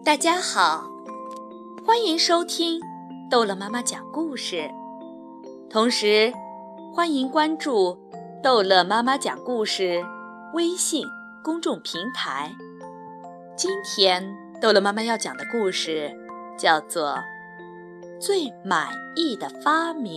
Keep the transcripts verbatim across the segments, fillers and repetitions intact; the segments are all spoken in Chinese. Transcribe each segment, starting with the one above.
大家好，欢迎收听逗乐妈妈讲故事，同时欢迎关注逗乐妈妈讲故事微信公众平台。今天逗乐妈妈要讲的故事叫做最满意的发明。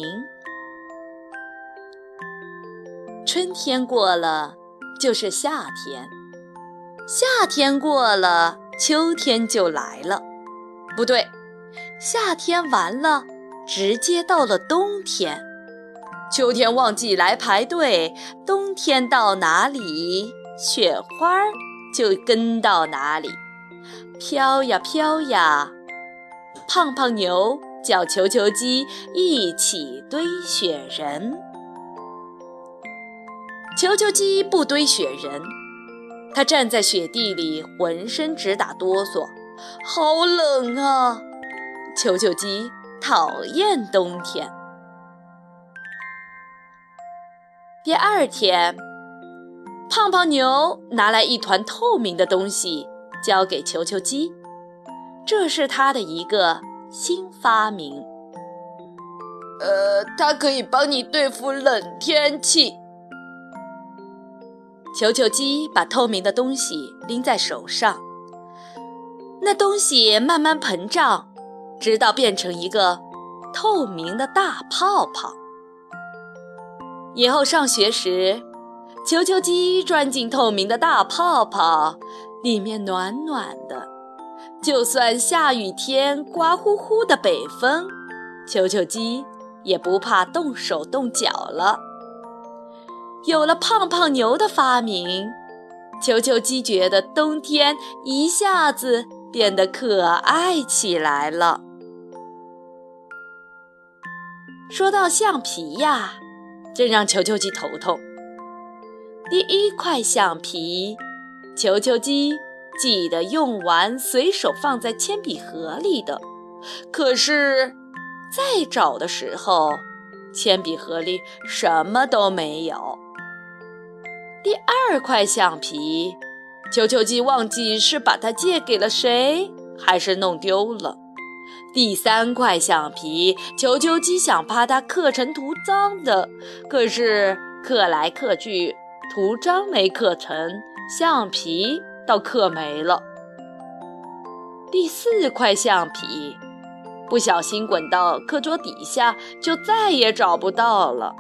春天过了就是夏天，夏天过了秋天就来了，不对，夏天完了直接到了冬天。秋天忘记来排队，冬天到哪里雪花就跟到哪里。飘呀飘呀，胖胖牛叫球球鸡一起堆雪人。球球鸡不堆雪人，他站在雪地里，浑身直打哆嗦，好冷啊！球球鸡讨厌冬天。第二天，胖胖牛拿来一团透明的东西，交给球球鸡，这是他的一个新发明。呃，它可以帮你对付冷天气。球球鸡把透明的东西拎在手上，那东西慢慢膨胀，直到变成一个透明的大泡泡。以后上学时，球球鸡钻进透明的大泡泡，里面暖暖的，就算下雨天刮呼呼的北风，球球鸡也不怕冻手冻脚了。有了胖胖牛的发明，球球鸡觉得冬天一下子变得可爱起来了。说到橡皮呀，真让球球鸡头痛。第一块橡皮，球球鸡记得用完随手放在铅笔盒里的，可是再找的时候，铅笔盒里什么都没有。第二块橡皮，球球鸡忘记是把它借给了谁，还是弄丢了。第三块橡皮，球球鸡想怕它刻成图脏的，可是刻来刻去，图章没刻成，橡皮倒刻没了。第四块橡皮，不小心滚到课桌底下，就再也找不到了。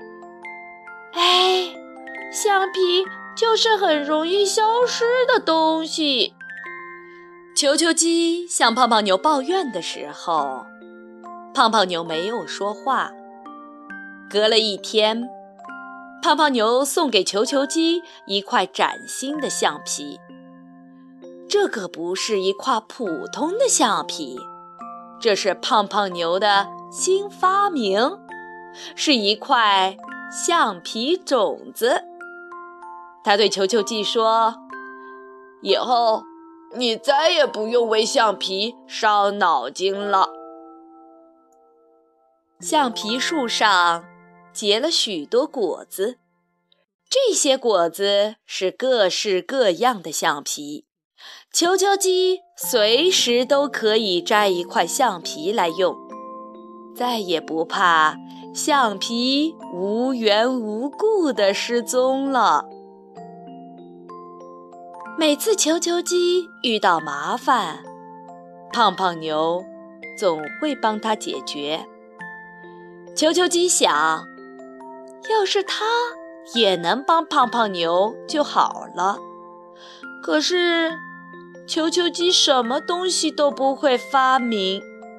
哎，橡皮就是很容易消失的东西。球球鸡向胖胖牛抱怨的时候，胖胖牛没有说话。隔了一天，胖胖牛送给球球鸡一块崭新的橡皮。这可不是一块普通的橡皮，这是胖胖牛的新发明，是一块橡皮种子。他对球球鸡说，以后你再也不用为橡皮伤脑筋了。橡皮树上结了许多果子，这些果子是各式各样的橡皮，球球鸡随时都可以摘一块橡皮来用，再也不怕橡皮无缘无故地失踪了。每次球球鸡遇到麻烦，胖胖牛总会帮他解决。球球鸡想，要是他也能帮胖胖牛就好了。可是球球鸡什么东西都不会发明，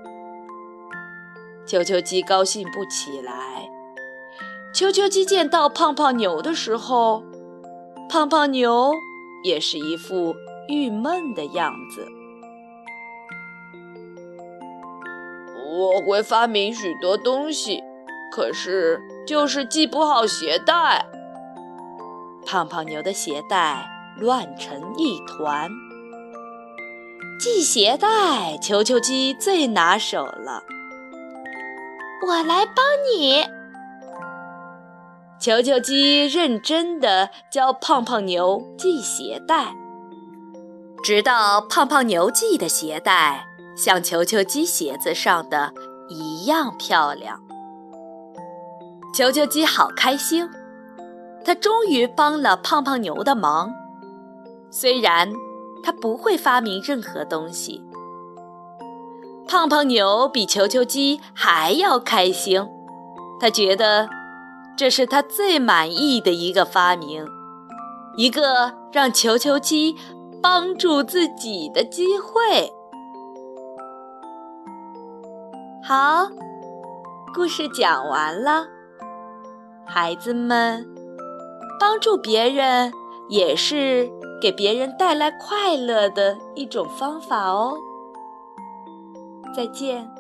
球球鸡高兴不起来。球球鸡见到胖胖牛的时候，胖胖牛也是一副郁闷的样子。我会发明许多东西，可是就是系不好鞋带。胖胖牛的鞋带乱成一团。系鞋带，球球鸡最拿手了。我来帮你。球球鸡认真地教胖胖牛系鞋带。 直到胖胖牛系的鞋带像球球鸡鞋子上的一样漂亮。球球鸡好开心，它终于帮了胖胖牛的忙。虽然它不会发明任何东西，胖胖牛比球球鸡还要开心。他觉得这是他最满意的一个发明，一个让球球鸡帮助自己的机会。好，故事讲完了。孩子们，帮助别人也是给别人带来快乐的一种方法哦。再见。